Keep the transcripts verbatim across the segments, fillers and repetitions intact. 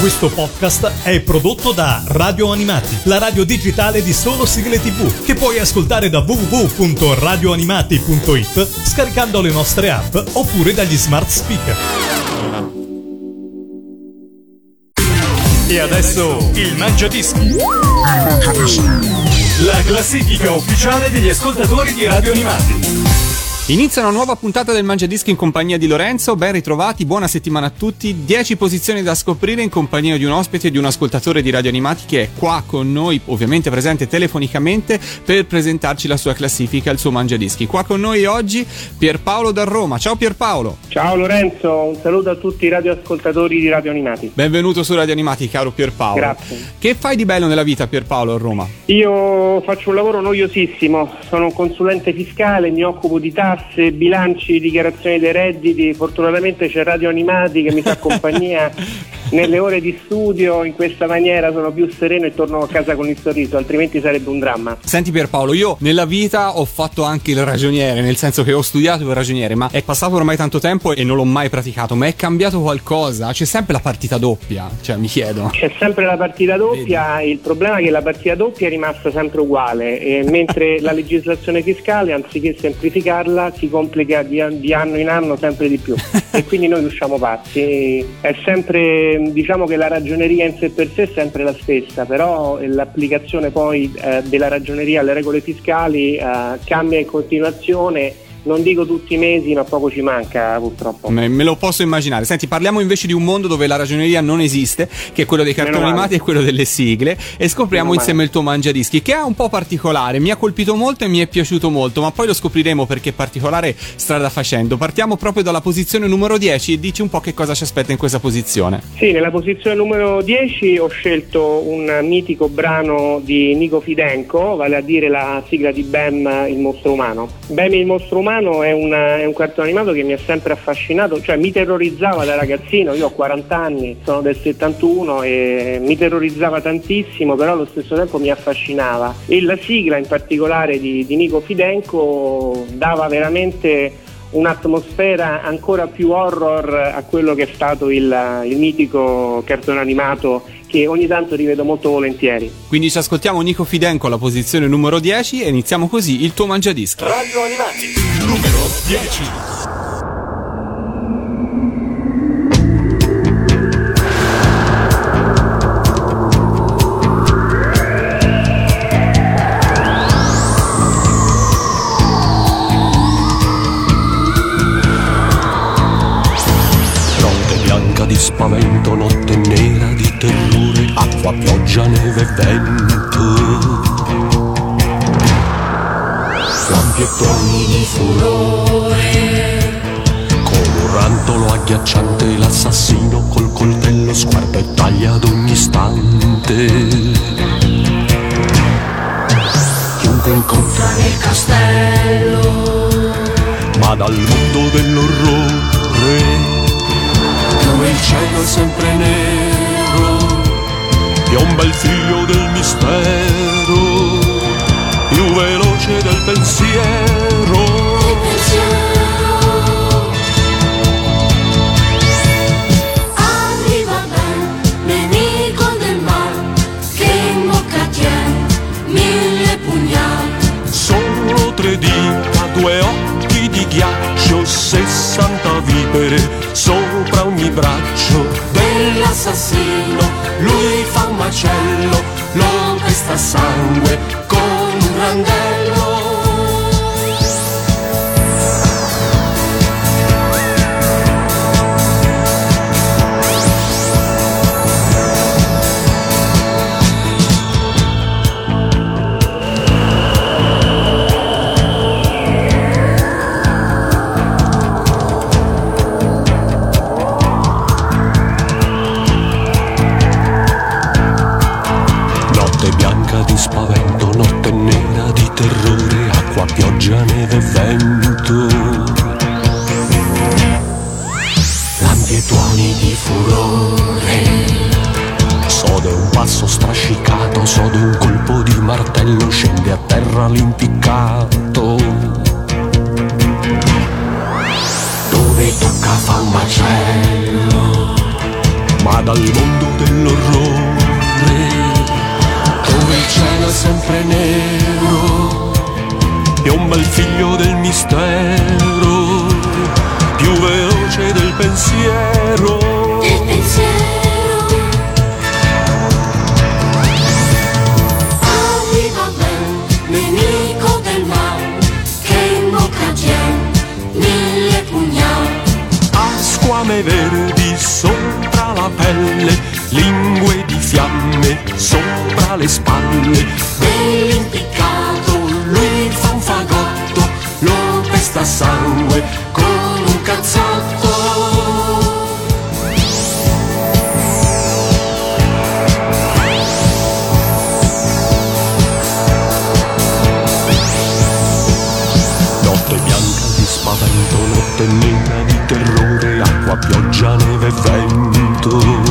Questo podcast è prodotto da Radio Animati, la radio digitale di solo sigle tivù, che puoi ascoltare da w w w punto radio animati punto i t scaricando le nostre app oppure dagli smart speaker. E adesso il Mangiadischi. La classifica ufficiale degli ascoltatori di Radio Animati. Inizia una nuova puntata del Mangiadischi in compagnia di Lorenzo. Ben ritrovati, buona settimana a tutti. dieci posizioni da scoprire in compagnia di un ospite e di un ascoltatore di Radio Animati che è qua con noi, ovviamente presente telefonicamente, per presentarci la sua classifica, il suo Mangiadischi. Qua con noi oggi Pierpaolo da Roma. Ciao Pierpaolo. Ciao Lorenzo, un saluto a tutti i radioascoltatori di Radio Animati. Benvenuto su Radio Animati, caro Pierpaolo. Grazie. Che fai di bello nella vita, Pierpaolo, a Roma? Io faccio un lavoro noiosissimo, sono un consulente fiscale, mi occupo di tasse, bilanci, dichiarazioni dei redditi. Fortunatamente c'è Radio Animati che mi fa compagnia nelle ore di studio. In questa maniera sono più sereno e torno a casa con il sorriso, altrimenti sarebbe un dramma. Senti Pierpaolo, io nella vita ho fatto anche il ragioniere, nel senso che ho studiato il ragioniere, ma è passato ormai tanto tempo e non l'ho mai praticato. Ma è cambiato qualcosa? C'è sempre la partita doppia? Cioè, mi chiedo. C'è sempre la partita doppia. Vedi. Il problema è che la partita doppia è rimasta sempre uguale, e mentre la legislazione fiscale, anziché semplificarla, si complica di, di anno in anno sempre di più e quindi noi usciamo pazzi. È sempre, diciamo che la ragioneria in sé per sé è sempre la stessa, però l'applicazione poi eh, della ragioneria alle regole fiscali eh, cambia in continuazione. Non dico tutti i mesi, ma poco ci manca, purtroppo. Me, me lo posso immaginare. Senti, parliamo invece di un mondo dove la ragioneria non esiste, che è quello dei cartoni animati e quello delle sigle, e scopriamo Meno insieme male. il tuo Mangiadischi, che è un po' particolare. Mi ha colpito molto e mi è piaciuto molto, ma poi lo scopriremo perché è particolare strada facendo. Partiamo proprio dalla posizione numero dieci e dici un po' che cosa ci aspetta in questa posizione. Sì, nella posizione numero dieci ho scelto un mitico brano di Nico Fidenco, vale a dire la sigla di Bam il mostro umano. Bam il mostro umano È un, è un cartone animato che mi ha sempre affascinato, cioè mi terrorizzava da ragazzino. Io ho quaranta anni, sono del settantuno e mi terrorizzava tantissimo, però allo stesso tempo mi affascinava, e la sigla in particolare di, di Nico Fidenco dava veramente un'atmosfera ancora più horror a quello che è stato il, il mitico cartone animato, che ogni tanto rivedo molto volentieri. Quindi ci ascoltiamo Nico Fidenco alla posizione numero dieci e iniziamo così il tuo Mangiadischi. Radio Animati numero dieci. Di spavento, notte nera di terrore, acqua, pioggia, neve e vento, lampi e tuoni di furore, come un rantolo agghiacciante, l'assassino col coltello sguarda e taglia ad ogni istante. Chiunque incontra nel castello, ma dal mondo dell'orrore, dove il cielo è sempre nero, piomba il figlio del mistero, più veloce del pensiero. Il pensiero. Arriva ben, nemico del mal, che in bocca tien mille pugnali. Solo tre dita, due occhi di ghiaccio, sessanta vipere sopra ogni braccio Dell'assassino, lui fa un macello, lo pesta a sangue con un randello. Notte bianca di spavento, notte nera di terrore, dell'orrore, dove il cielo è sempre nero, piomba il figlio del mistero, più veloce del pensiero. Del pensiero. Arriva ben, nemico del male, che in bocca tiene mille pugnali. Ha squame verdi sopra la pelle, lingue di fiamme sopra le spalle. Dell'impiccato lui fa un fagotto, lo pesta sangue con un cazzotto. Notte bianca di spavento, notte nera di terrore, acqua, pioggia, neve e vento.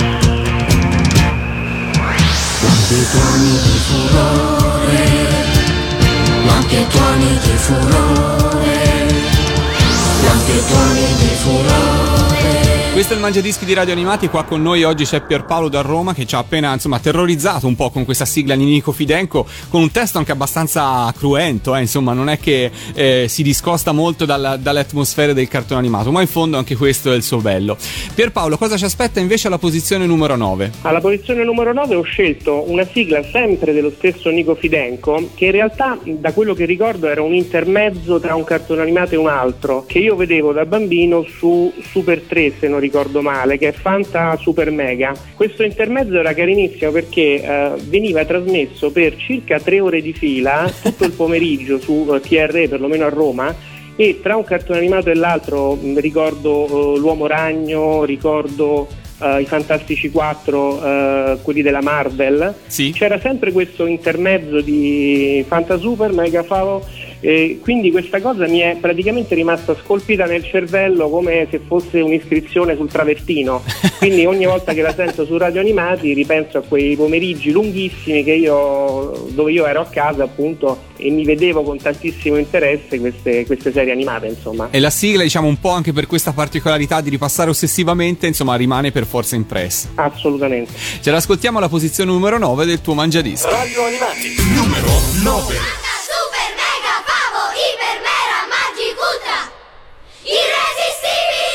Quanti tuoni di furore, quanti tuoni di furore, quanti tuoni di furore. Questo è il Mangiadischi di Radio Animati. Qua con noi oggi c'è Pierpaolo da Roma, che ci ha appena insomma terrorizzato un po' con questa sigla di Nico Fidenco, con un testo anche abbastanza cruento, eh, insomma non è che eh, si discosta molto dalla, dalle atmosfere del cartone animato, ma in fondo anche questo è il suo bello. Pierpaolo, cosa ci aspetta invece alla posizione numero nove? Alla posizione numero nove ho scelto una sigla sempre dello stesso Nico Fidenco, che in realtà da quello che ricordo era un intermezzo tra un cartone animato e un altro, che io vedevo da bambino su Super tre, se non ricordo male, che è Fanta Super Mega. Questo intermezzo era carinissimo perché eh, veniva trasmesso per circa tre ore di fila tutto il pomeriggio su eh, T R, perlomeno a Roma, e tra un cartone animato e l'altro mh, ricordo eh, l'Uomo Ragno, ricordo Uh, i Fantastici quattro, uh, quelli della Marvel, sì. C'era sempre questo intermezzo di Fanta Super, Mega Favo, e quindi questa cosa mi è praticamente rimasta scolpita nel cervello come se fosse un'iscrizione sul travertino. Quindi ogni volta che la sento su Radio Animati ripenso a quei pomeriggi lunghissimi che io, dove io ero a casa appunto, e mi vedevo con tantissimo interesse queste, queste serie animate, insomma. E la sigla, diciamo, un po' anche per questa particolarità di ripassare ossessivamente, insomma, rimane per forza impressa. Assolutamente. Ce l'ascoltiamo alla posizione numero nove del tuo Mangiadischi. Radio Animati numero nove. Super Mega Favo Iper Mera Magic Ultra Irresistibili.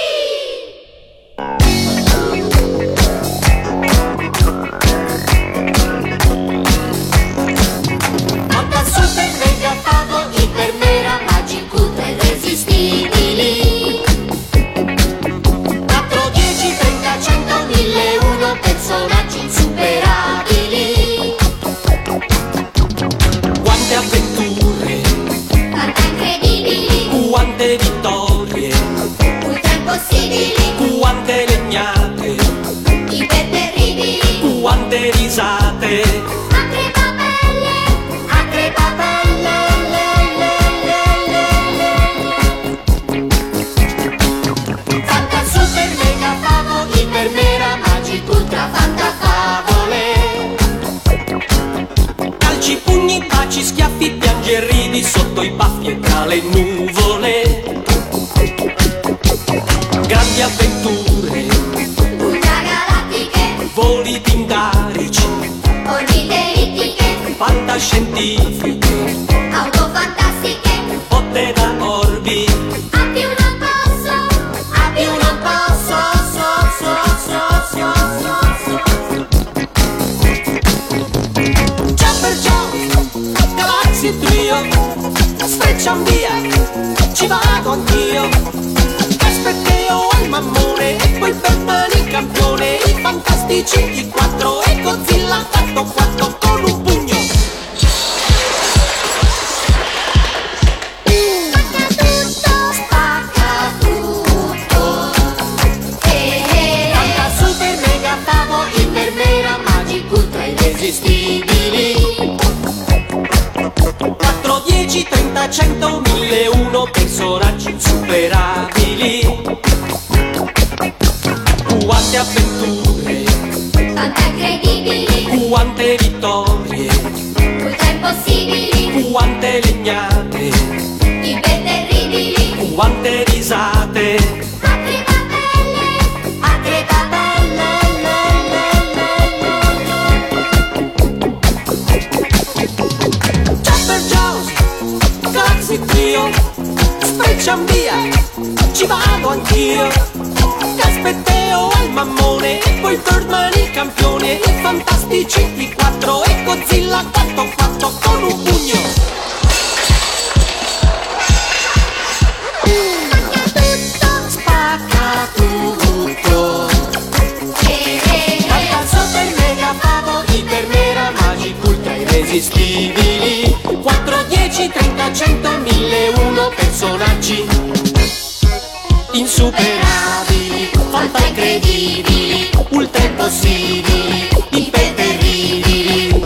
Monta Super Mega Favo Iper Mera Magic Ultra Irresistibili. quattro, dieci, trenta, cento, mille, uno personaggi insuperabili. Quante avventure, Quante incredibili, quante vittorie, ultra impossibili, quante legnate, iper terribili, quante risate. a crepapelle, a crepapelle, Fanta Super Mega Favo Iper Mera Magic Ultra Fanta Favole. Calci, pugni, baci, schiaffi, piangi e ridi sotto i baffi e tra le nuvole. Grandi avventure, Ultra galattiche, voli pindarici, orbite ellittiche, fantascientifiche, auto fantastiche. botte da orbi. A più non posso, a più non posso, so, so, so, so, so, so. Jumper Jones, Galaxy Trio, streccian via, ci vado anch'io. Aspetteo al mammone e poi Batman il campione, i fantastici, i quattro e Godzilla fatto quattro con un pugno. Spacca tutto, eh, eh, Fanta Super Mega Favo Iper Mera Magic Ultra Irresistibili. quattro, dieci, trenta, cento, mille, uno personaggi insuperabili. Quante avventure, Quante incredibili, quante vittorie, ultra impossibili, quante legnate, iper terribili, quante risate. a crepapelle, a crepapelle, poi Birdman il campione, i fantastici T quattro e Godzilla quattro quattro con un pugno. Spacca tutto. Al super mega pavo, iper mera magic ultra irresistibili. quattro, dieci, trenta, cento, mille e uno personaggi insuperabili, fantasmi incredibili, ultra impossibili, iper terribili.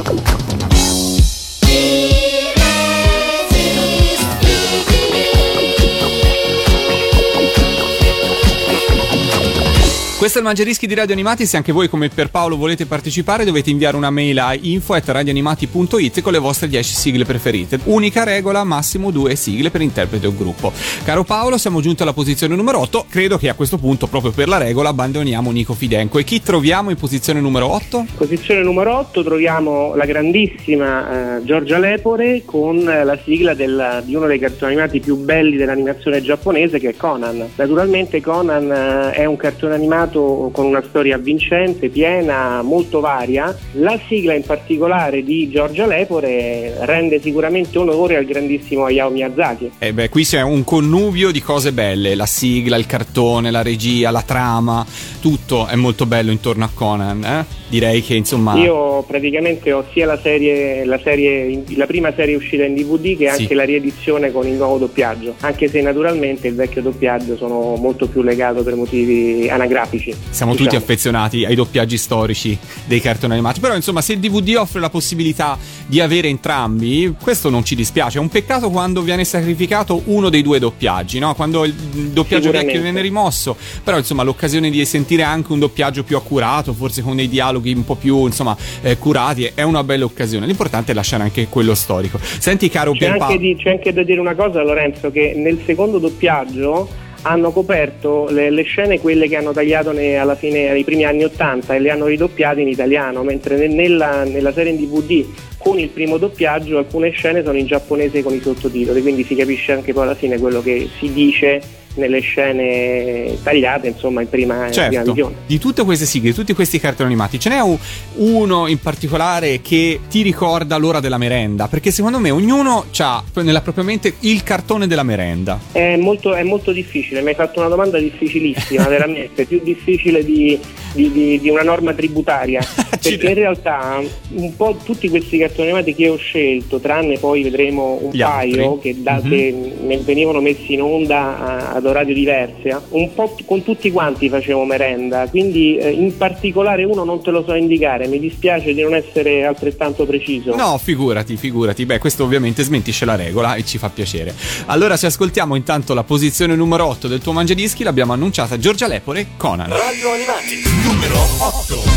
Questo è il Mangiadischi di Radio Animati. Se anche voi come per Paolo volete partecipare, dovete inviare una mail a info at radioanimati punto it con le vostre dieci sigle preferite. Unica regola, massimo due sigle per interprete o gruppo. Caro Paolo, siamo giunti alla posizione numero otto. Credo che a questo punto, proprio per la regola, abbandoniamo Nico Fidenco. E chi troviamo in posizione numero otto? Posizione numero otto troviamo la grandissima eh, Giorgia Lepore con la sigla del, di uno dei cartoni animati più belli dell'animazione giapponese, che è Conan. Naturalmente Conan eh, è un cartone animato con una storia avvincente, piena, molto varia. La sigla in particolare di Giorgia Lepore rende sicuramente onore al grandissimo Hayao Miyazaki. Eh beh, qui c'è un connubio di cose belle, la sigla, il cartone, la regia, la trama, tutto è molto bello intorno a Conan, eh? Direi che insomma... Io praticamente ho sia la serie, la serie, la prima serie uscita in D V D che anche sì. la riedizione con il nuovo doppiaggio, anche se naturalmente il vecchio doppiaggio sono molto più legato per motivi anagrafici. Siamo diciamo. tutti affezionati ai doppiaggi storici dei cartoni animati, però insomma se il D V D offre la possibilità di avere entrambi, questo non ci dispiace. È un peccato quando viene sacrificato uno dei due doppiaggi, no? Quando il doppiaggio vecchio viene rimosso, però insomma l'occasione di sentire anche un doppiaggio più accurato, forse con dei dialoghi un po' più insomma eh, curati, è una bella occasione. L'importante è lasciare anche quello storico. Senti caro c'è Pierpaolo, anche, di, c'è anche da dire una cosa, Lorenzo, che nel secondo doppiaggio hanno coperto le, le scene, quelle che hanno tagliato ne, alla fine ai primi anni ottanta, e le hanno ridoppiate in italiano, mentre ne, nella, nella serie in D V D con il primo doppiaggio alcune scene sono in giapponese con i sottotitoli, quindi si capisce anche poi alla fine quello che si dice nelle scene tagliate, insomma, in prima, certo, in prima visione. Di tutte queste sigle, di tutti questi cartoni animati, ce n'è un, uno in particolare che ti ricorda l'ora della merenda? Perché secondo me ognuno ha nella propria mente il cartone della merenda. È molto, è molto difficile, mi hai fatto una domanda difficilissima, veramente, più difficile di, di, di, di una norma tributaria, perché in realtà un po' tutti questi cartoni animati che ho scelto, tranne poi vedremo un Gli paio altri. che, da, Mm-hmm. che venivano messi in onda ad orario diverse, un po' t- con tutti quanti facevo merenda, quindi eh, in particolare uno non te lo so indicare, mi dispiace di non essere altrettanto preciso. No, figurati, figurati. Beh, questo ovviamente smentisce la regola e ci fa piacere. Allora ci ascoltiamo intanto la posizione numero otto del tuo Mangiadischi, l'abbiamo annunciata, Giorgia Lepore, Conan. Radio Animati numero otto.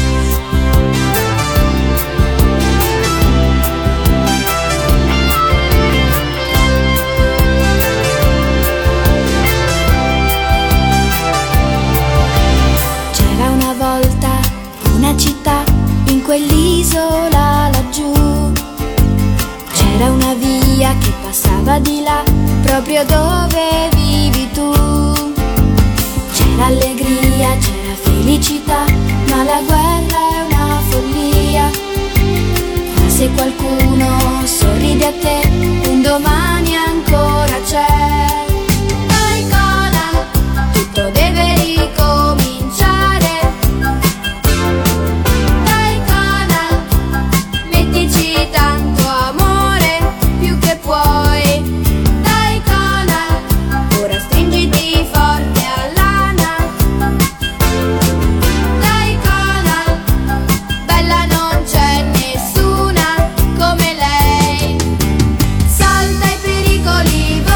Una città in quell'isola laggiù, c'era una via che passava di là, proprio dove vivi tu. C'era allegria, c'era felicità, ma la guerra è una follia. Ma se qualcuno sorride a te, un domani ancora c'è. Dai Conan, tutto deve ricominciare. Tanto amore, più che puoi. Dai Conan, ora stringiti forte all'ana. Dai Conan, bella non c'è nessuna come lei. Salta i pericoli.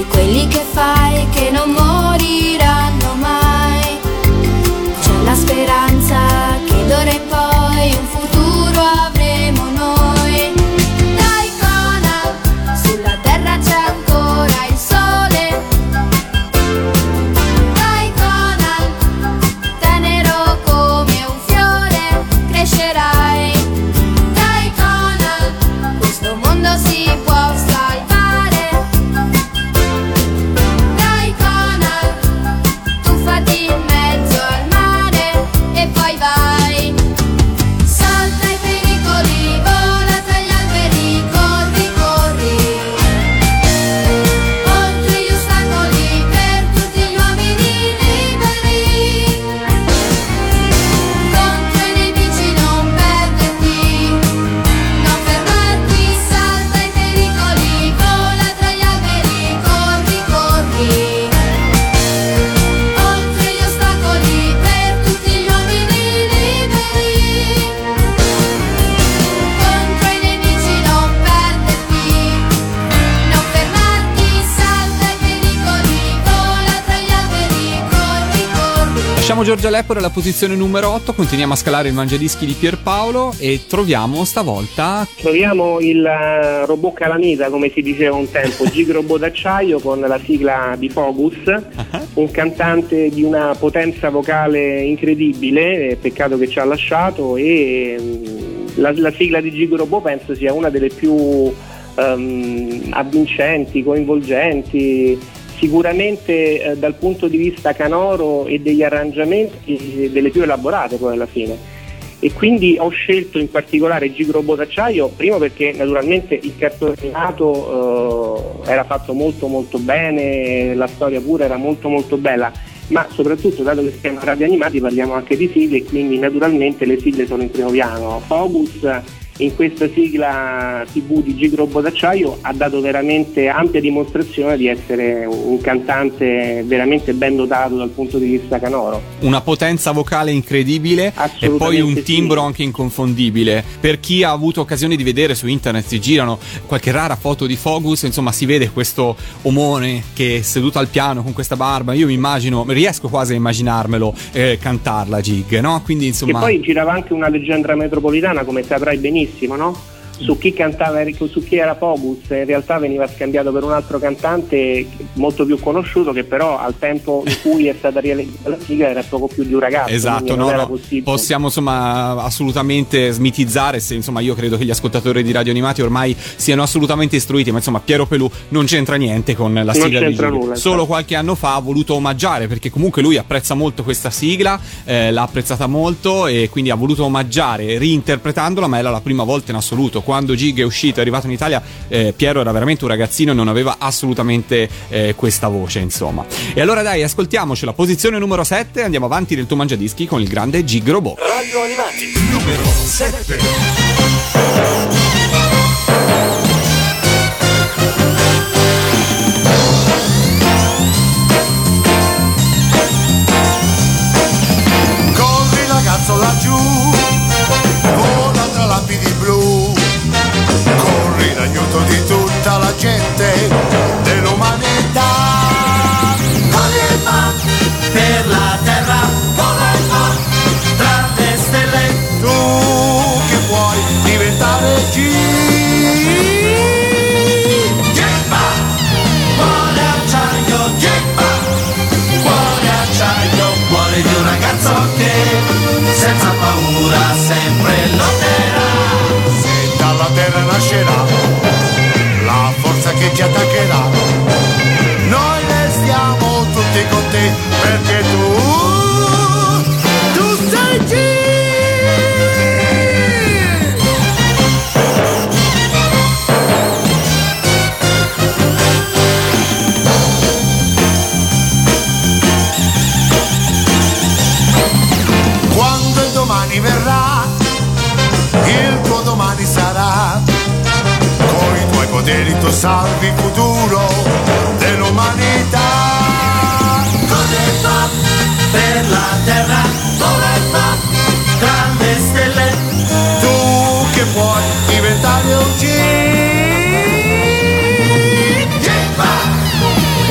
di quelli che fai che non moriranno mai. C'è la speranza che d'ora in poi un futuro avremo noi. Dai Conan, sulla terra c'è ancora il sole. Dai Conan, tenero come un fiore crescerai. Dai Conan, questo mondo si può salvare. Dai Conan, tuffati in mezzo al mare e poi vai. Salta i pericoli, vola tra gli alberi, corri, corri. Oltre gli ostacoli per tutti gli uomini liberi. Contro i nemici non perderti, non fermarti. Salta i pericoli, vola tra gli alberi, corri, corri. Oltre gli ostacoli per tutti gli uomini liberi. Contro i nemici non perderti, non fermarti. Salta i pericoli, vola tra gli alberi, corri, corri. Lasciamo Giorgia Lepore alla posizione numero otto, continuiamo a scalare il mangiadischi di Pierpaolo e troviamo stavolta Troviamo il eh, robot calamita, come si diceva un tempo, Gig Robot d'acciaio con la sigla di Focus, un cantante di una potenza vocale incredibile, eh, peccato che ci ha lasciato, e mm, la, la sigla di Gig Robot penso sia una delle più ehm, avvincenti, coinvolgenti, sicuramente eh, dal punto di vista canoro e degli arrangiamenti delle più elaborate poi alla fine. E quindi ho scelto in particolare Gig Robot d'acciaio, primo perché naturalmente il cartone animato eh, era fatto molto molto bene, la storia pure era molto molto bella, ma soprattutto dato che siamo radio animati parliamo anche di sigle e quindi naturalmente le sigle sono in primo piano. Focus in questa sigla tivù di Gig Robot d'acciaio ha dato veramente ampia dimostrazione di essere un cantante veramente ben dotato dal punto di vista canoro. una potenza vocale incredibile e poi un timbro sì. anche inconfondibile. Per chi ha avuto occasione di vedere su internet, si girano qualche rara foto di Focus, insomma si vede questo omone che è seduto al piano con questa barba, io mi immagino, riesco quasi a immaginarmelo eh, cantarla Gig, no? Quindi insomma... E poi girava anche una leggenda metropolitana, come saprai benissimo, no? Su chi cantava, su chi era Focus, in realtà veniva scambiato per un altro cantante molto più conosciuto, che però al tempo in cui è stata realizzata la sigla era poco più di un ragazzo. Esatto, no, no, possiamo insomma assolutamente smitizzare, se insomma io credo che gli ascoltatori di Radio Animati ormai siano assolutamente istruiti, ma insomma Piero Pelù non c'entra niente con la sigla non di Gig. nulla, solo qualche anno fa ha voluto omaggiare, perché comunque lui apprezza molto questa sigla, eh, l'ha apprezzata molto e quindi ha voluto omaggiare reinterpretandola, ma era la prima volta in assoluto. Quando Gig è uscito, è arrivato in Italia, eh, Piero era veramente un ragazzino e non aveva assolutamente eh, questa voce, insomma. E allora dai, ascoltiamoci la posizione numero sette, andiamo avanti nel tuo mangiadischi con il grande Gig Robot. Radio Animati numero sette. Corri ragazzo laggiù, vola tra lapidi blu, corri in aiuto di tutta la gente dell'umanità. Corri e va per la terra, vola e va tra le stelle. Tu che vuoi diventare G. Gemma, cuore acciaio, Gemma, cuore acciaio, cuore di un ragazzo che senza paura sempre lotterà. Se dalla terra nascerà la forza che ti attaccherà, noi restiamo tutti con te, perché tu, tu sei G. Quando il domani verrà, il tuo domani sarà, con i tuoi poteri tu salvi il futuro dell'umanità. Corri e va per la terra, vola e va tra le stelle. Tu che puoi diventare un G. Gemma,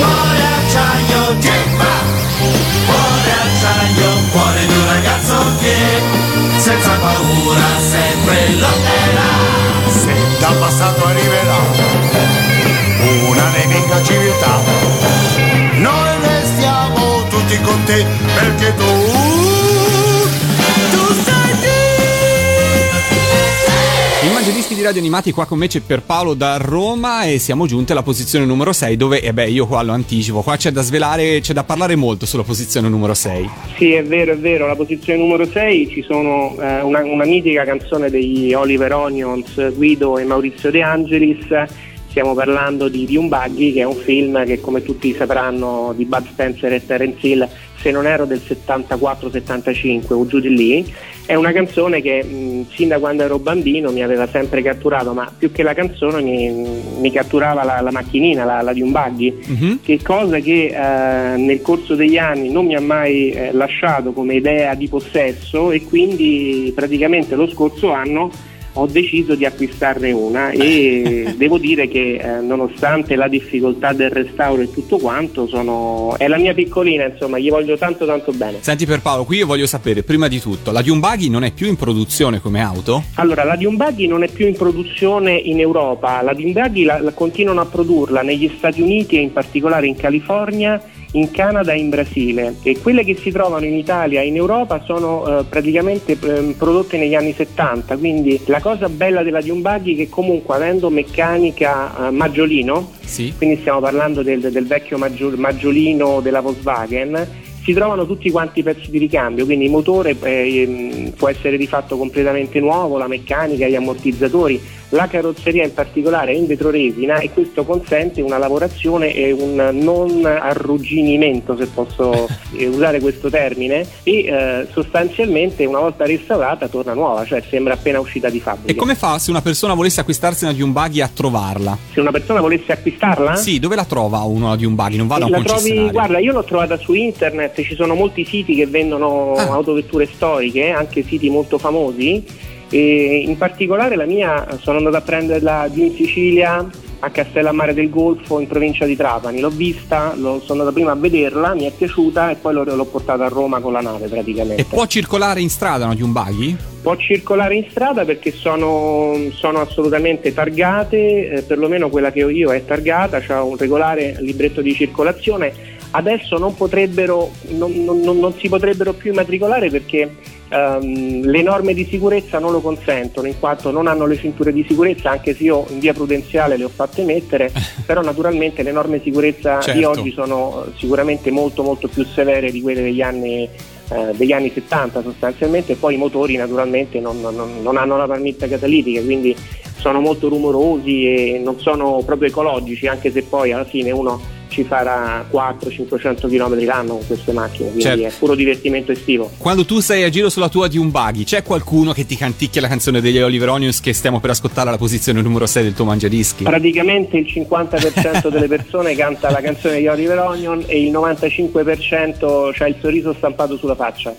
di Radio Animati, qua con me c'è Pierpaolo da Roma e siamo giunti alla posizione numero sei dove, eh beh, io qua lo anticipo, qua c'è da svelare, c'è da parlare molto sulla posizione numero sei. Sì, è vero, è vero, la posizione numero sei ci sono eh, una, una mitica canzone degli Oliver Onions, Guido e Maurizio De Angelis. Stiamo parlando di, di Un Buggy, che è un film che, come tutti sapranno, di Bud Spencer e Terence Hill, se non ero del settantaquattro settantacinque o giù di lì. È una canzone che mh, sin da quando ero bambino mi aveva sempre catturato, ma più che la canzone mi, mi catturava la, la macchinina, la, la di Un Buggy, mm-hmm. che cosa che eh, nel corso degli anni non mi ha mai eh, lasciato come idea di possesso, e quindi praticamente lo scorso anno ho deciso di acquistarne una e devo dire che eh, nonostante la difficoltà del restauro e tutto quanto, sono è la mia piccolina, insomma, gli voglio tanto tanto bene. Senti Pierpaolo, qui io voglio sapere prima di tutto, la Dune Buggy non è più in produzione come auto? Allora, la Dune Buggy non è più in produzione in Europa, la Dune Buggy la, la continuano a produrla negli Stati Uniti e in particolare in California, in Canada e in Brasile, e quelle che si trovano in Italia e in Europa sono eh, praticamente eh, prodotte negli anni settanta, quindi la cosa bella della Dune Buggy è che comunque, avendo meccanica eh, Maggiolino, sì. quindi stiamo parlando del, del vecchio Maggio, Maggiolino della Volkswagen, si trovano tutti quanti i pezzi di ricambio, quindi il motore eh, può essere rifatto completamente nuovo, la meccanica, gli ammortizzatori, la carrozzeria in particolare è in vetroresina, e questo consente una lavorazione e un non arrugginimento, se posso eh, usare questo termine, e eh, sostanzialmente una volta restaurata torna nuova, cioè sembra appena uscita di fabbrica. E come fa se una persona volesse acquistarsi una Dune Buggy a trovarla? Se una persona volesse acquistarla? Sì, dove la trova uno la Dune Buggy? Non vada a un la concessionario? Trovi, guarda, io l'ho trovata su internet, ci sono molti siti che vendono ah. autovetture storiche, anche siti molto famosi, e in particolare la mia sono andato a prenderla giù in Sicilia, a Castellammare del Golfo, in provincia di Trapani. L'ho vista, lo, sono andato prima a vederla, mi è piaciuta e poi l'ho, l'ho portata a Roma con la nave praticamente. E può circolare in strada una Dune Buggy? Può circolare in strada perché sono, sono assolutamente targate, eh, perlomeno quella che ho io è targata, c'ha un regolare libretto di circolazione. Adesso non potrebbero, non, non, non si potrebbero più immatricolare perché um, le norme di sicurezza non lo consentono, in quanto non hanno le cinture di sicurezza, anche se io in via prudenziale le ho fatte mettere, però naturalmente le norme di sicurezza certo. di oggi sono sicuramente molto molto più severe di quelle degli anni eh, degli anni settanta sostanzialmente, e poi i motori naturalmente non, non, non hanno la marmitta catalitica, quindi sono molto rumorosi e non sono proprio ecologici, anche se poi alla fine uno ci farà quattrocento cinquecento chilometri l'anno con queste macchine, quindi certo. è puro divertimento estivo. Quando tu sei a giro sulla tua Dune Buggy, c'è qualcuno che ti canticchia la canzone degli Oliver Onions che stiamo per ascoltare alla posizione numero sei del tuo mangiadischi? Praticamente il cinquanta per cento delle persone canta la canzone degli Oliver Onion e il novantacinque per cento c'ha il sorriso stampato sulla faccia.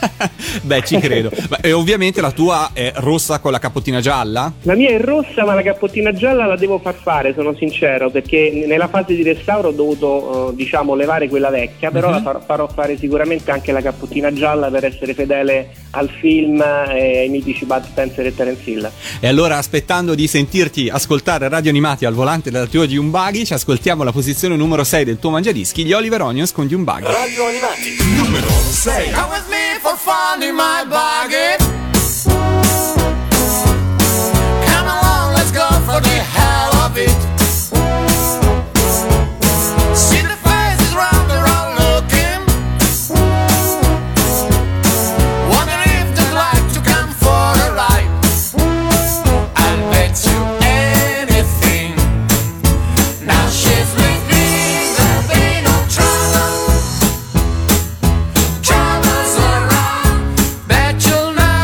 Beh, ci credo. E ovviamente la tua è rossa con la cappottina gialla? La mia è rossa, ma la cappottina gialla la devo far fare, sono sincero, perché nella fase di restauro ho dovuto uh, diciamo levare quella vecchia, però uh-huh. la far, farò fare sicuramente anche la cappottina gialla per essere fedele al film e ai mitici Bud Spencer e Terence Hill. E allora, aspettando di sentirti ascoltare Radio Animati al volante della tua Dune Buggy, ci ascoltiamo la posizione numero sei del tuo mangiadischi, gli Oliver Onions con Dune Buggy. Radio Animati numero sei. Come with me for fun in my buggy. Come along, let's go for the hell of it. See the faces round the road looking. Wonder if they'd like to come for a ride. I'll bet you anything. Now she's with me, there'll be no trouble. Trouble's around, bet you'll never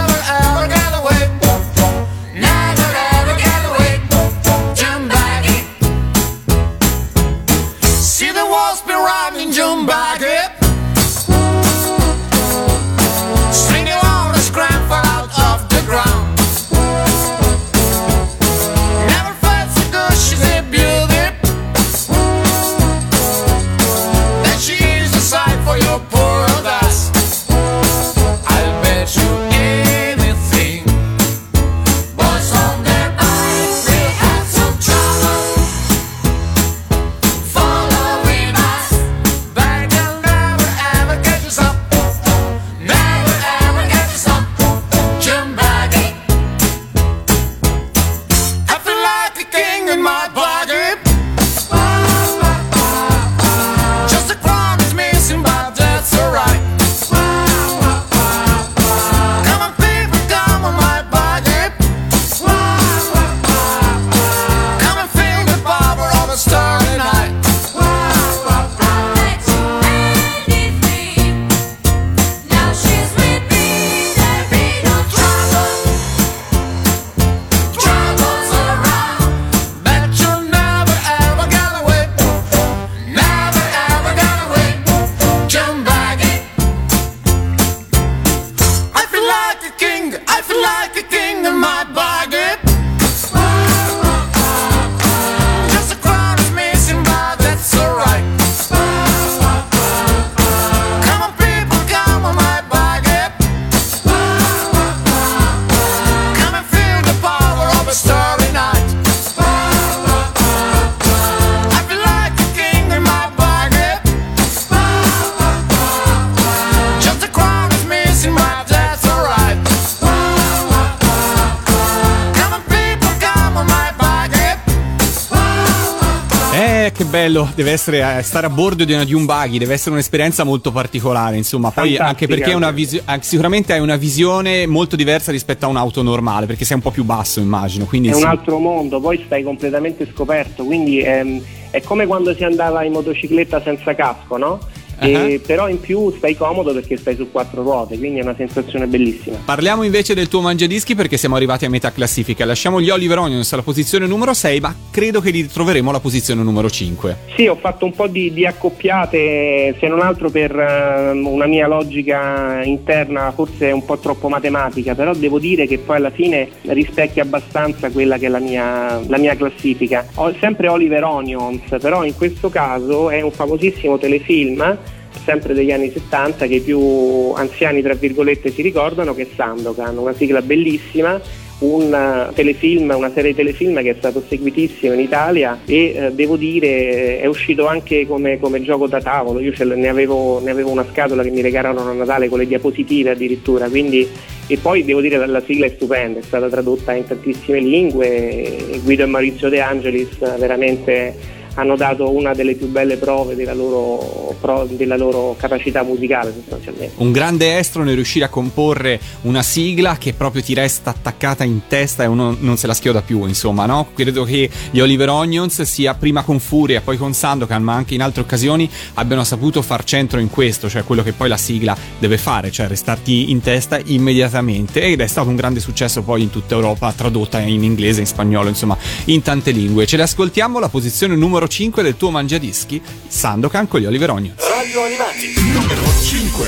Eh, che bello, deve essere eh, stare a bordo di una di un buggy, deve essere un'esperienza molto particolare, insomma. Poi Fantastica. anche perché è una visio- anche, sicuramente hai una visione molto diversa rispetto a un'auto normale, perché sei un po' più basso, immagino. Quindi, È sì. un altro mondo, poi stai completamente scoperto, quindi ehm, è come quando si andava in motocicletta senza casco, no? E Uh-huh. però in più stai comodo perché stai su quattro ruote, quindi è una sensazione bellissima. Parliamo invece del tuo mangiadischi, perché siamo arrivati a metà classifica. Lasciamo gli Oliver Onions alla posizione numero sei, ma credo che li ritroveremo alla posizione numero cinque. Sì, ho fatto un po' di, di accoppiate, se non altro per uh, una mia logica interna, forse un po' troppo matematica, però devo dire che poi alla fine rispecchia abbastanza quella che è la mia, la mia classifica. Ho sempre Oliver Onions, però in questo caso è un famosissimo telefilm sempre degli anni settanta che i più anziani tra virgolette si ricordano, che è Sandokan, una sigla bellissima, un uh, telefilm, una serie di telefilm che è stato seguitissimo in Italia e uh, devo dire è uscito anche come, come gioco da tavolo. Io ce ne avevo, ne avevo una scatola che mi regalarono a Natale con le diapositive addirittura, quindi, e poi devo dire la, la sigla è stupenda, è stata tradotta in tantissime lingue e Guido e Maurizio De Angelis uh, veramente hanno dato una delle più belle prove della loro, pro, della loro capacità musicale sostanzialmente. Un grande estro nel riuscire a comporre una sigla che proprio ti resta attaccata in testa e uno non se la schioda più, insomma, no? Credo che gli Oliver Onions, sia prima con Furia poi con Sandokan, ma anche in altre occasioni, abbiano saputo far centro in questo, cioè quello che poi la sigla deve fare, cioè restarti in testa immediatamente, ed è stato un grande successo poi in tutta Europa, tradotta in inglese, in spagnolo, insomma, in tante lingue. Ce le ascoltiamo, la posizione numero cinque del tuo mangiadischi, Sandokan con gli Oliver Onions. Radio Animati, numero cinque.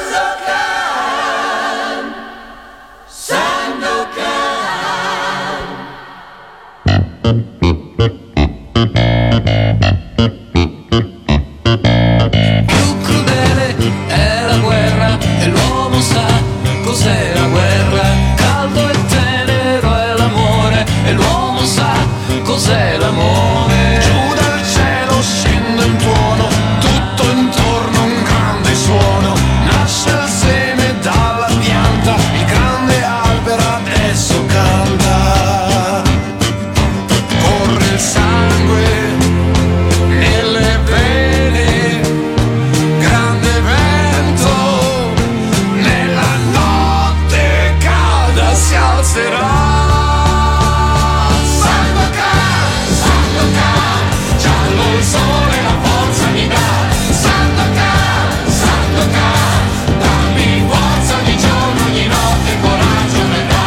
Più crudele è la guerra e l'uomo sa cos'è la guerra. Caldo e tenero è l'amore e l'uomo sa cos'è l'amore. Giù dal cielo scende un tuono, tutto intorno un grande suono. Nasce il seme dalla pianta, il grande albero adesso canta. Corre il sangue nelle vene, grande vento nella notte calda si alzerà. Sandokan, Sandokan, giallo il sole la forza mi dà. Sandokan, Sandokan, dammi forza ogni giorno, ogni notte, coraggio mi dà.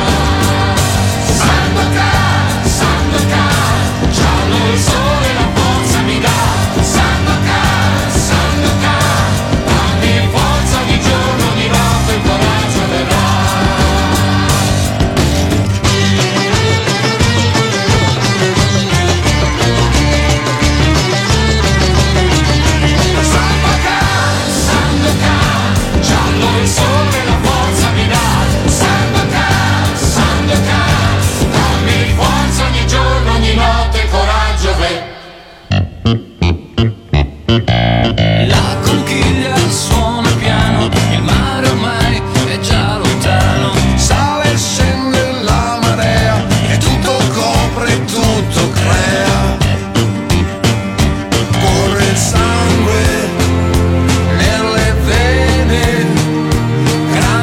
Sandokan, Sandokan, giallo il sole la forza mi dà. Sandokan, Sandokan, dammi forza ogni giorno, ogni notte, coraggio mi dà. Sandokan, Sandokan, giallo il sole la forza mi dà. Sandokan, Sandokan, dammi forza ogni giorno, ogni notte, coraggio per. La conchiglia suona piano, il mare ormai è già lontano. Sale e scende la marea e tutto copre, tutto crea. Corre il sangue nelle vene, grande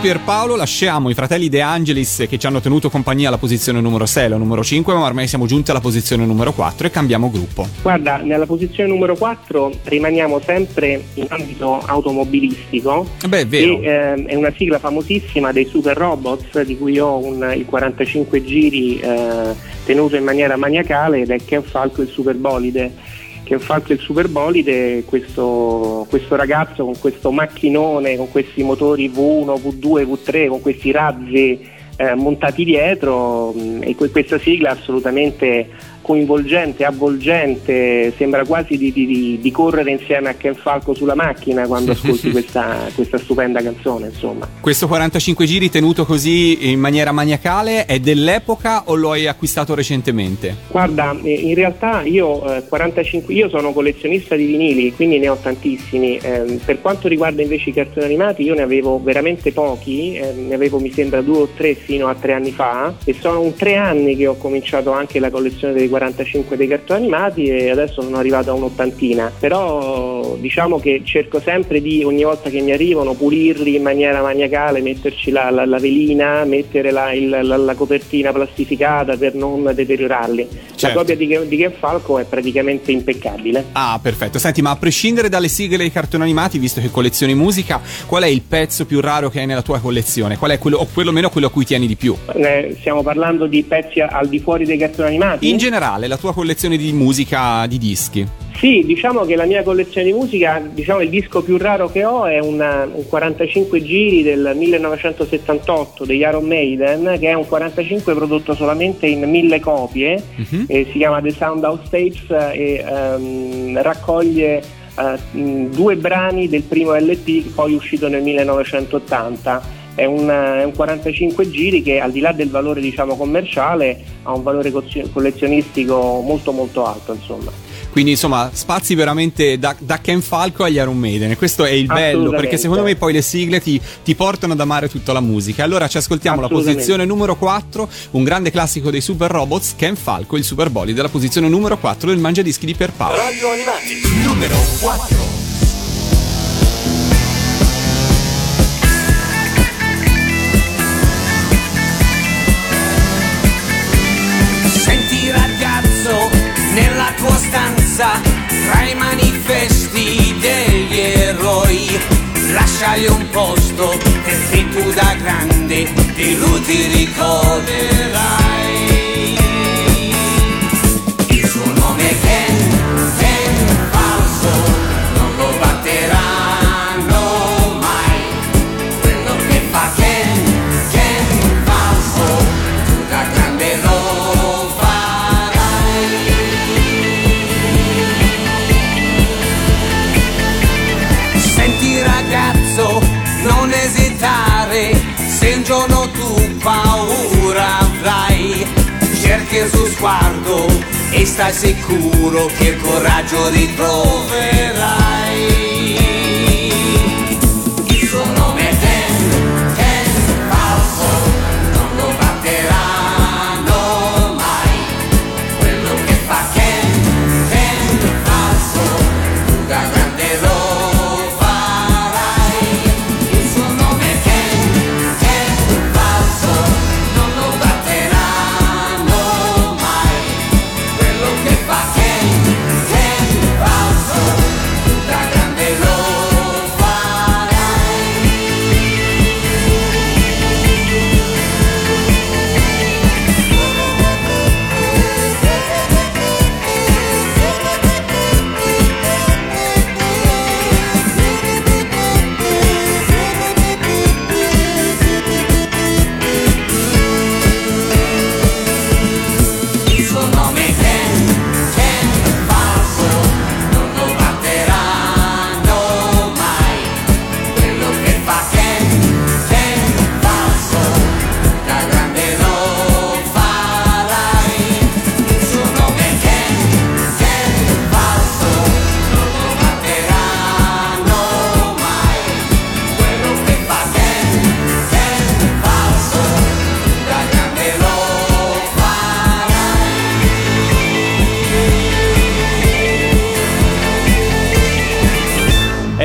Pierpaolo, lasciamo i fratelli De Angelis che ci hanno tenuto compagnia alla posizione numero sei, la numero cinque, ma ormai siamo giunti alla posizione numero quattro e cambiamo gruppo. Guarda, nella posizione numero quattro rimaniamo sempre in ambito automobilistico. Beh, è vero. E, eh, è una sigla famosissima dei Super Robots, di cui ho un, il quarantacinque giri eh, tenuto in maniera maniacale, ed è Ken Falco il Super Bolide. Ken Falco il Super Bolide, questo, questo ragazzo con questo macchinone, con questi motori V uno, V due, V tre, con questi razzi eh, montati dietro, mh, e que- questa sigla assolutamente coinvolgente, avvolgente, sembra quasi di, di, di correre insieme a Ken Falco sulla macchina quando ascolti questa, questa stupenda canzone, insomma. Questo quarantacinque giri tenuto così in maniera maniacale è dell'epoca o lo hai acquistato recentemente? Guarda, in realtà io eh, quarantacinque io sono collezionista di vinili, quindi ne ho tantissimi. Eh, per quanto riguarda invece i cartoni animati, io ne avevo veramente pochi, eh, ne avevo mi sembra due o tre fino a tre anni fa, e sono un tre anni che ho cominciato anche la collezione dei quarantacinque dei cartoni animati, e adesso sono arrivato a un'ottantina. Però diciamo che cerco sempre di, ogni volta che mi arrivano, pulirli in maniera maniacale, metterci la, la, la velina, mettere la, il, la, la copertina plastificata per non deteriorarli. Certo. La copia di, di Ken Falco è praticamente impeccabile. Ah, perfetto. Senti, ma a prescindere dalle sigle dei cartoni animati, visto che collezioni musica, qual è il pezzo più raro che hai nella tua collezione? Qual è quello, o perlomeno quello a cui tieni di più? Eh, stiamo parlando di pezzi al di fuori dei cartoni animati? In generale, la tua collezione di musica, di dischi. Sì, diciamo che la mia collezione di musica, diciamo il disco più raro che ho è una, un quarantacinque giri del millenovecentosettantotto degli Iron Maiden, che è un quarantacinque prodotto solamente in mille copie, uh-huh. e si chiama The Sound House Tapes, e um, raccoglie uh, due brani del primo L P, poi uscito nel millenovecentottanta. È un, è un quarantacinque giri che, al di là del valore diciamo commerciale, ha un valore collezionistico molto molto alto, insomma. Quindi insomma spazi veramente da, da Ken Falco agli Iron Maiden, e questo è il bello, perché secondo me poi le sigle ti, ti portano ad amare tutta la musica. Allora ci ascoltiamo la posizione numero quattro, un grande classico dei Super Robots, Ken Falco il Super Bolide, la posizione numero quattro del Mangiadischi di Pierpaolo. Radio Animati numero quattro. Nella tua stanza, tra i manifesti degli eroi, lasciagli un posto, perché tu da grande di lui ti ricorderai. Il suo nome è Ken, Ken Falco, non lo batteranno mai. Quello che fa Ken, Ken Falco, tu da grande lo non esitare, se un giorno tu paura avrai, cerchi il suo sguardo e stai sicuro che il coraggio ritroverai. Il suo nome è Ken, Ken Falco, non lo batteranno mai. Quello che fa Ken, Ken Falco, tu da grande lo da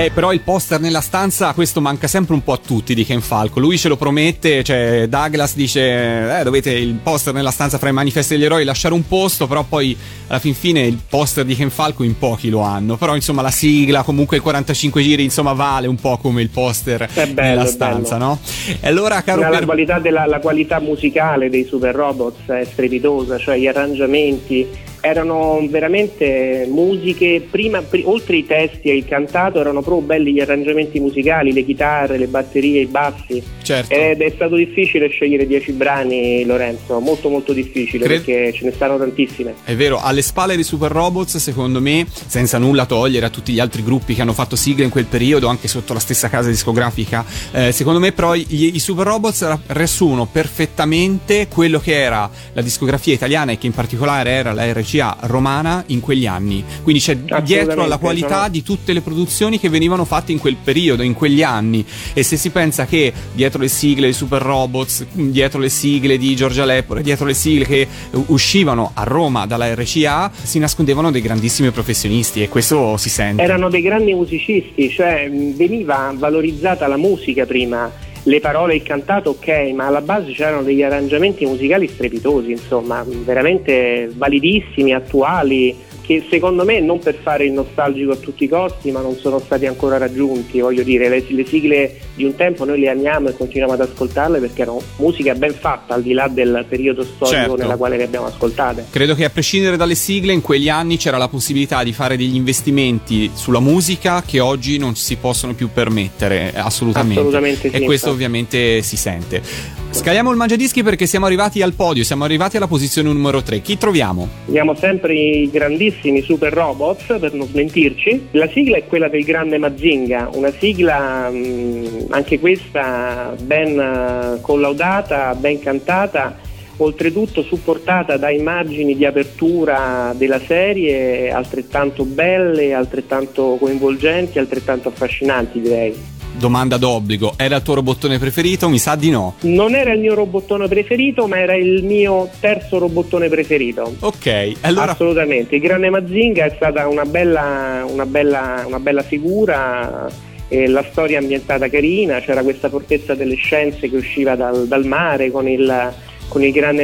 Eh, però il poster nella stanza, questo manca sempre un po' a tutti di Ken Falco. Lui ce lo promette, cioè Douglas dice eh, dovete il poster nella stanza fra i manifesti degli eroi lasciare un posto, però poi alla fin fine il poster di Ken Falco in pochi lo hanno. Però insomma la sigla, comunque il quarantacinque giri, insomma vale un po' come il poster è bello, nella stanza, bello. no? E allora, caro la, per... la, qualità della, la qualità musicale dei Super Robots è strepitosa, cioè gli arrangiamenti erano veramente musiche, prima, pri, oltre i testi e il cantato erano proprio belli gli arrangiamenti musicali, le chitarre, le batterie, i bassi. Certo. Ed è stato difficile scegliere dieci brani, Lorenzo, molto molto difficile, Cred... perché ce ne stanno tantissime. È vero, alle spalle di Super Robots, secondo me, senza nulla togliere a tutti gli altri gruppi che hanno fatto sigle in quel periodo, anche sotto la stessa casa discografica, eh, secondo me però gli, i Super Robots riassumono perfettamente quello che era la discografia italiana e che in particolare era la R C A romana in quegli anni. Quindi c'è dietro alla qualità sono... di tutte le produzioni che venivano fatte in quel periodo, in quegli anni. E se si pensa che dietro le sigle di Super Robots, dietro le sigle di Giorgia Lepore, dietro le sigle che uscivano a Roma dalla R C A, si nascondevano dei grandissimi professionisti, e questo si sente. Erano dei grandi musicisti, cioè veniva valorizzata la musica prima, le parole, il cantato, ok, ma alla base c'erano degli arrangiamenti musicali strepitosi, insomma, veramente validissimi, attuali, che secondo me, non per fare il nostalgico a tutti i costi, ma non sono stati ancora raggiunti. Voglio dire, le, le sigle di un tempo noi le amiamo e continuiamo ad ascoltarle perché erano musica ben fatta, al di là del periodo storico, certo, nella quale le abbiamo ascoltate. Credo che a prescindere dalle sigle, in quegli anni c'era la possibilità di fare degli investimenti sulla musica che oggi non si possono più permettere, assolutamente, assolutamente sì, e questo infatti. Ovviamente si sente. Scaliamo il Mangiadischi perché siamo arrivati al podio, siamo arrivati alla posizione numero tre. Chi troviamo? Abbiamo sempre i grandissimi Super Robots, per non smentirci. La sigla è quella del grande Mazinga, una sigla mh, anche questa ben uh, collaudata, ben cantata, oltretutto supportata da immagini di apertura della serie altrettanto belle, altrettanto coinvolgenti, altrettanto affascinanti, direi. Domanda d'obbligo, era il tuo robottone preferito? Mi sa di no. Non era il mio robottone preferito, ma era il mio terzo robottone preferito. Ok, allora... Assolutamente, il grande Mazinga è stata una bella, una bella, una bella figura, eh, la storia ambientata carina, c'era questa fortezza delle scienze che usciva dal, dal mare con il... con il grande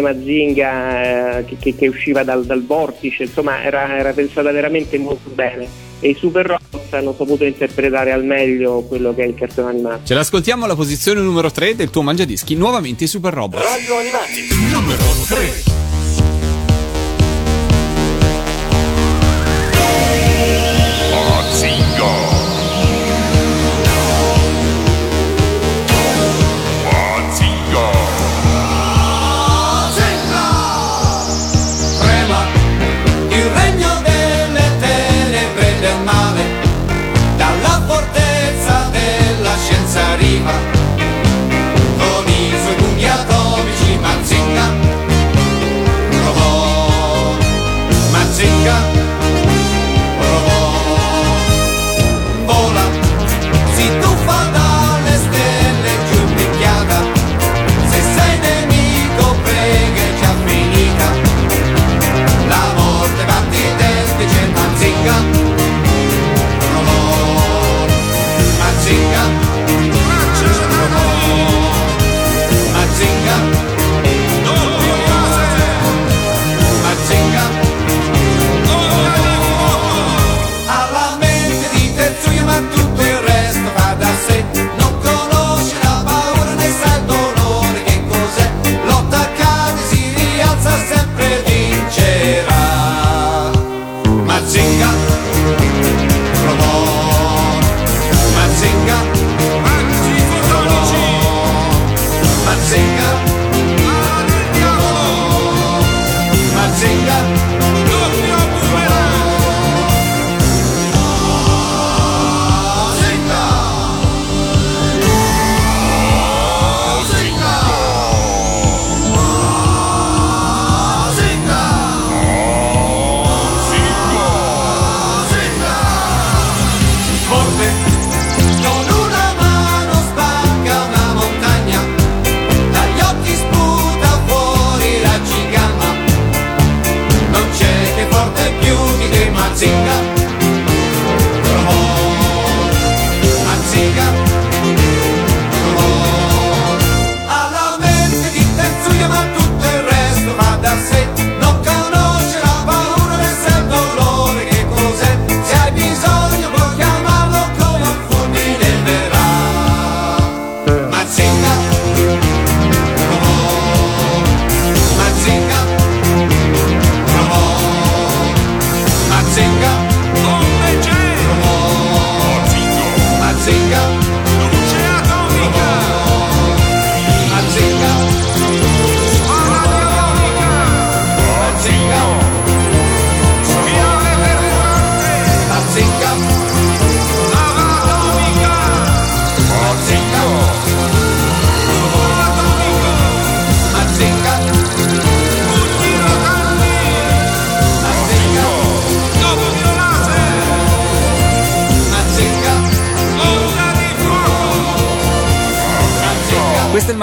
Mazinga eh, che, che, che usciva dal, dal vortice, insomma era, era pensata veramente molto bene, e i Super Robots hanno saputo interpretare al meglio quello che è il cartone animato. Ce l'ascoltiamo alla posizione numero tre del tuo Mangiadischi, nuovamente i Super Robots. Radio Animati numero tre. Con i suoi punti atomici Mazinga, robot, Mazinga, robot.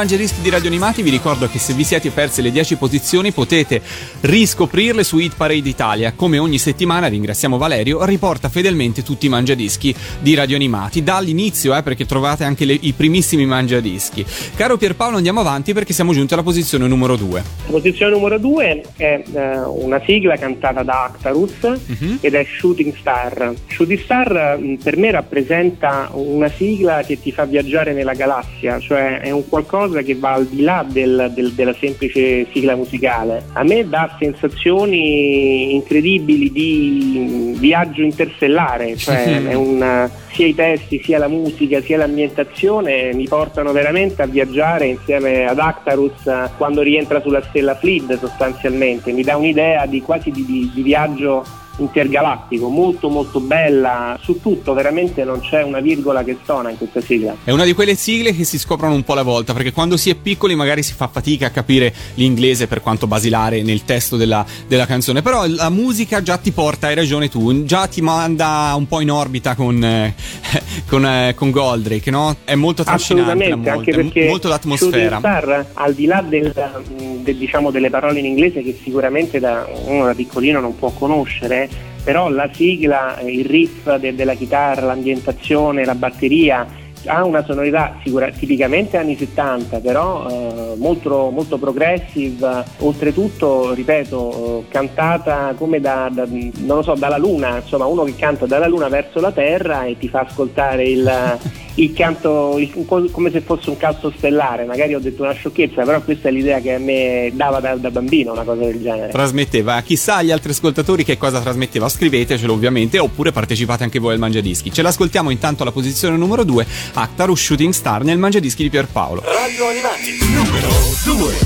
Mangiadischi di Radio Animati vi ricordo che se vi siete perse le dieci posizioni potete riscoprirle su Hit Parade Italia. Come ogni settimana, ringraziamo Valerio, riporta fedelmente tutti i Mangiadischi di Radio Animati dall'inizio, eh, perché trovate anche le, i primissimi Mangiadischi. Caro Pierpaolo, andiamo avanti perché siamo giunti alla posizione numero due. La posizione numero due è eh, una sigla cantata da Actarus uh-huh. ed è Shooting Star. Shooting Star mh, per me rappresenta una sigla che ti fa viaggiare nella galassia, cioè è un qualcosa che va al di là del, del, della semplice sigla musicale. A me dà sensazioni incredibili di viaggio interstellare, cioè è un, sia i testi, sia la musica, sia l'ambientazione mi portano veramente a viaggiare insieme ad Actarus quando rientra sulla stella Flid, sostanzialmente mi dà un'idea di quasi di, di, di viaggio intergalattico, molto molto bella su tutto, veramente non c'è una virgola che stona in questa sigla. È una di quelle sigle che si scoprono un po' alla volta, perché quando si è piccoli magari si fa fatica a capire l'inglese, per quanto basilare nel testo della, della canzone, però la musica già ti porta, hai ragione tu, già ti manda un po' in orbita con eh, con, eh, con Goldrake, no? È molto trascinante, assolutamente, la anche perché molto l'atmosfera. Star, al di là del, del, diciamo delle parole in inglese che sicuramente da uno da piccolino non può conoscere, però la sigla, il riff de- della chitarra, l'ambientazione, la batteria ha una sonorità sicura, tipicamente anni settanta, però eh, molto, molto progressive, oltretutto, ripeto, eh, cantata come da, da, non lo so, dalla luna, insomma uno che canta dalla luna verso la terra e ti fa ascoltare il, il canto, il, come se fosse un canto stellare. Magari ho detto una sciocchezza, però questa è l'idea che a me dava da, da bambino, una cosa del genere. Trasmetteva, chissà agli altri ascoltatori che cosa trasmetteva, scrivetecelo ovviamente, oppure partecipate anche voi al Mangiadischi. Ce l'ascoltiamo intanto alla posizione numero due, Actarus Shooting Star nel Mangiadischi di Pierpaolo. Radio Animati numero due.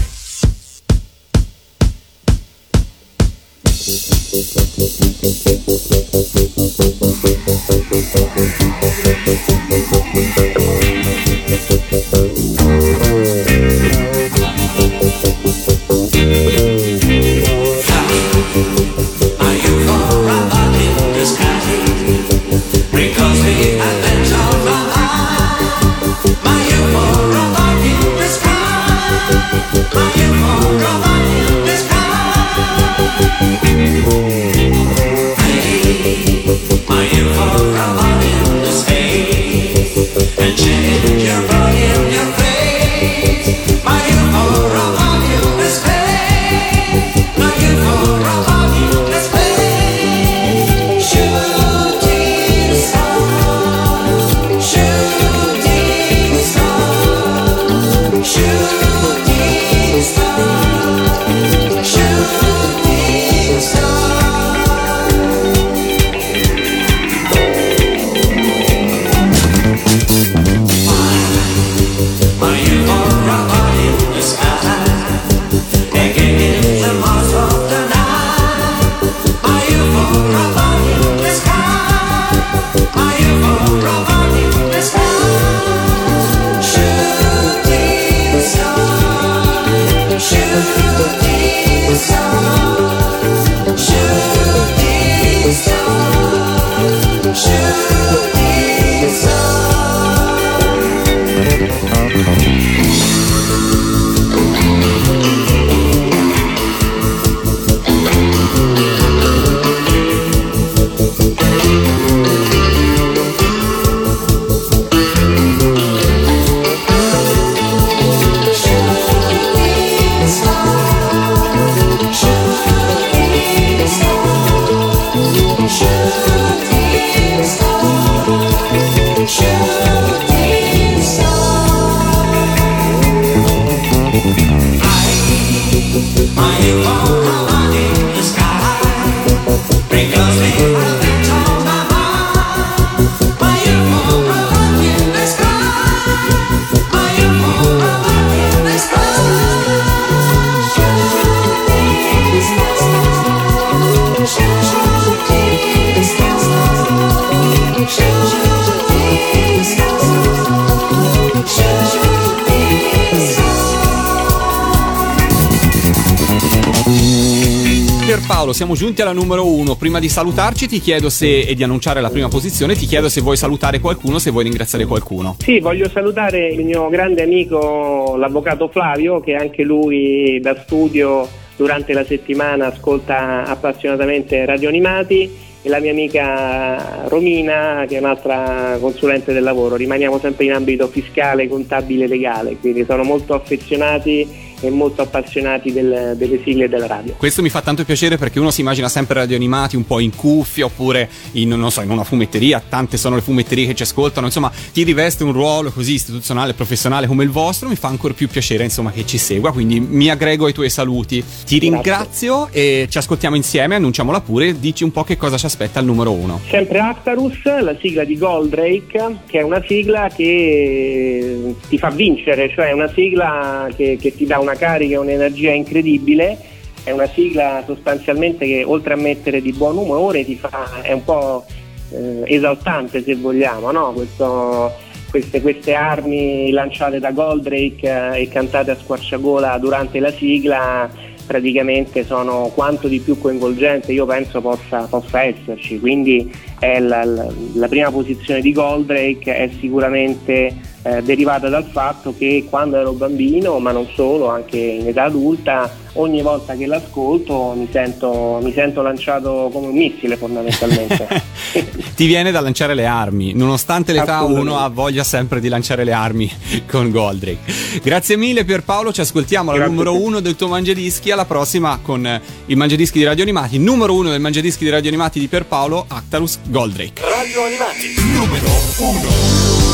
Pierpaolo, siamo giunti alla numero uno. Prima di salutarci ti chiedo se e di annunciare la prima posizione, ti chiedo se vuoi salutare qualcuno, se vuoi ringraziare qualcuno. Sì, voglio salutare il mio grande amico, l'avvocato Flavio, che anche lui da studio durante la settimana ascolta appassionatamente Radio Animati, e la mia amica Romina, che è un'altra consulente del lavoro. Rimaniamo sempre in ambito fiscale, contabile e legale, quindi sono molto affezionati e molto appassionati del, delle sigle della radio. Questo mi fa tanto piacere, perché uno si immagina sempre Radio Animati un po' in cuffia oppure in, non so, in una fumetteria. Tante sono le fumetterie che ci ascoltano, insomma chi riveste un ruolo così istituzionale, professionale come il vostro, mi fa ancora più piacere insomma che ci segua, quindi mi aggrego ai tuoi saluti. Ti ringrazio e ci ascoltiamo insieme, annunciamola pure, dici un po' che cosa ci aspetta al numero uno. Sempre Actarus, la sigla di Goldrake, che è una sigla che ti fa vincere, cioè è una sigla che, che ti dà una carica e un'energia incredibile. È una sigla sostanzialmente che, oltre a mettere di buon umore, ti fa, è un po' eh, esaltante, se vogliamo, no? Questo, queste, queste armi lanciate da Goldrake eh, e cantate a squarciagola durante la sigla praticamente sono quanto di più coinvolgente io penso possa, possa esserci. Quindi è la, la, la prima posizione di Goldrake è sicuramente eh, derivata dal fatto che quando ero bambino, ma non solo, anche in età adulta, ogni volta che l'ascolto mi sento, mi sento lanciato come un missile, fondamentalmente. Ti viene da lanciare le armi, nonostante l'età uno ha voglia sempre di lanciare le armi con Goldrake. Grazie mille Pierpaolo, ci ascoltiamo alla numero uno del tuo Mangiadischi. Alla prossima con il Mangiadischi di Radio Animati, numero uno del Mangiadischi di Radio Animati di Pierpaolo, Actarus, Goldrake. Radio Animati, numero uno.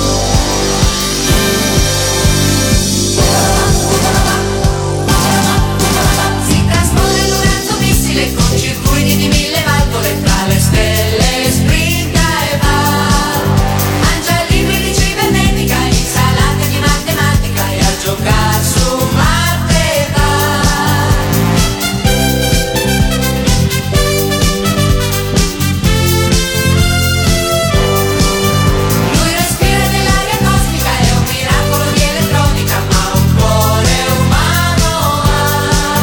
Con circuiti di mille valvole tra le stelle, sprinta e va. Mangia libri di cibernetica, insalate di matematica e a giocare su Marte va. Lui respira dell'aria cosmica, è un miracolo di elettronica, ma un cuore umano ha.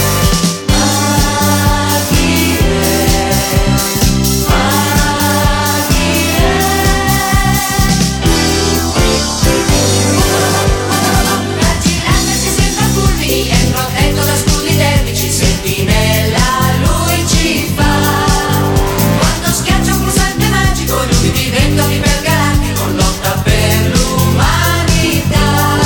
È protetto da scudi termici, sentinella lui ci fa. Quando schiaccia un pulsante magico, lui diventa un ipergalattico, lotta per l'umanità.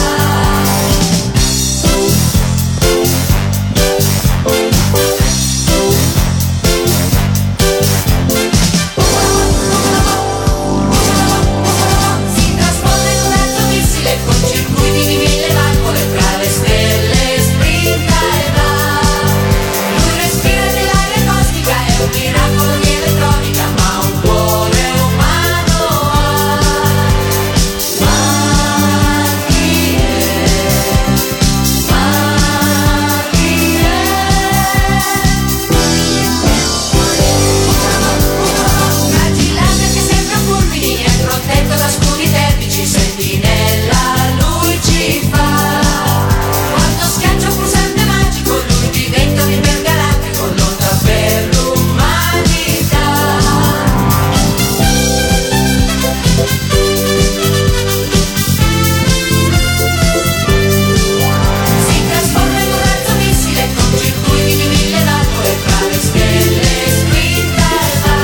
Si trasforma in un razzo missile con circuiti di mille valvole tra le stelle. Sprinta e va. Lui respira dell'aria cosmica, è un miracolo di elettronica, ma un cuore umano ha. Ma chi è? Ma chi è? Raggi laser che sembrano fulmini, è protetto da scudi termici, sentinella lui ci fa. Quando schiaccia un pulsante magico, lui diventa un ipergalattico, lotta per l'umanità. Si trasforma in un razzo missile con circuiti di mille valvole tra le stelle, sprinta e va.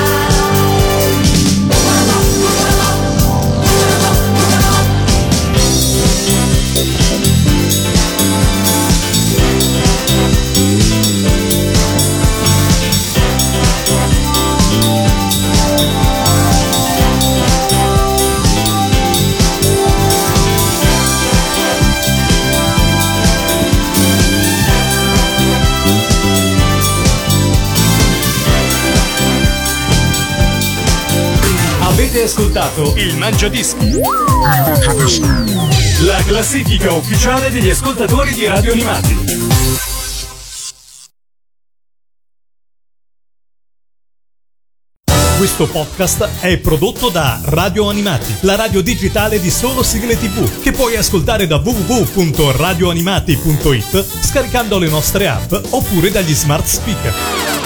Avete ascoltato il Mangiadischi, la classifica ufficiale degli ascoltatori di Radio Animati. Questo podcast è prodotto da Radio Animati, la radio digitale di solo sigle tivù, che puoi ascoltare da w w w punto radio animati punto it scaricando le nostre app oppure dagli smart speaker.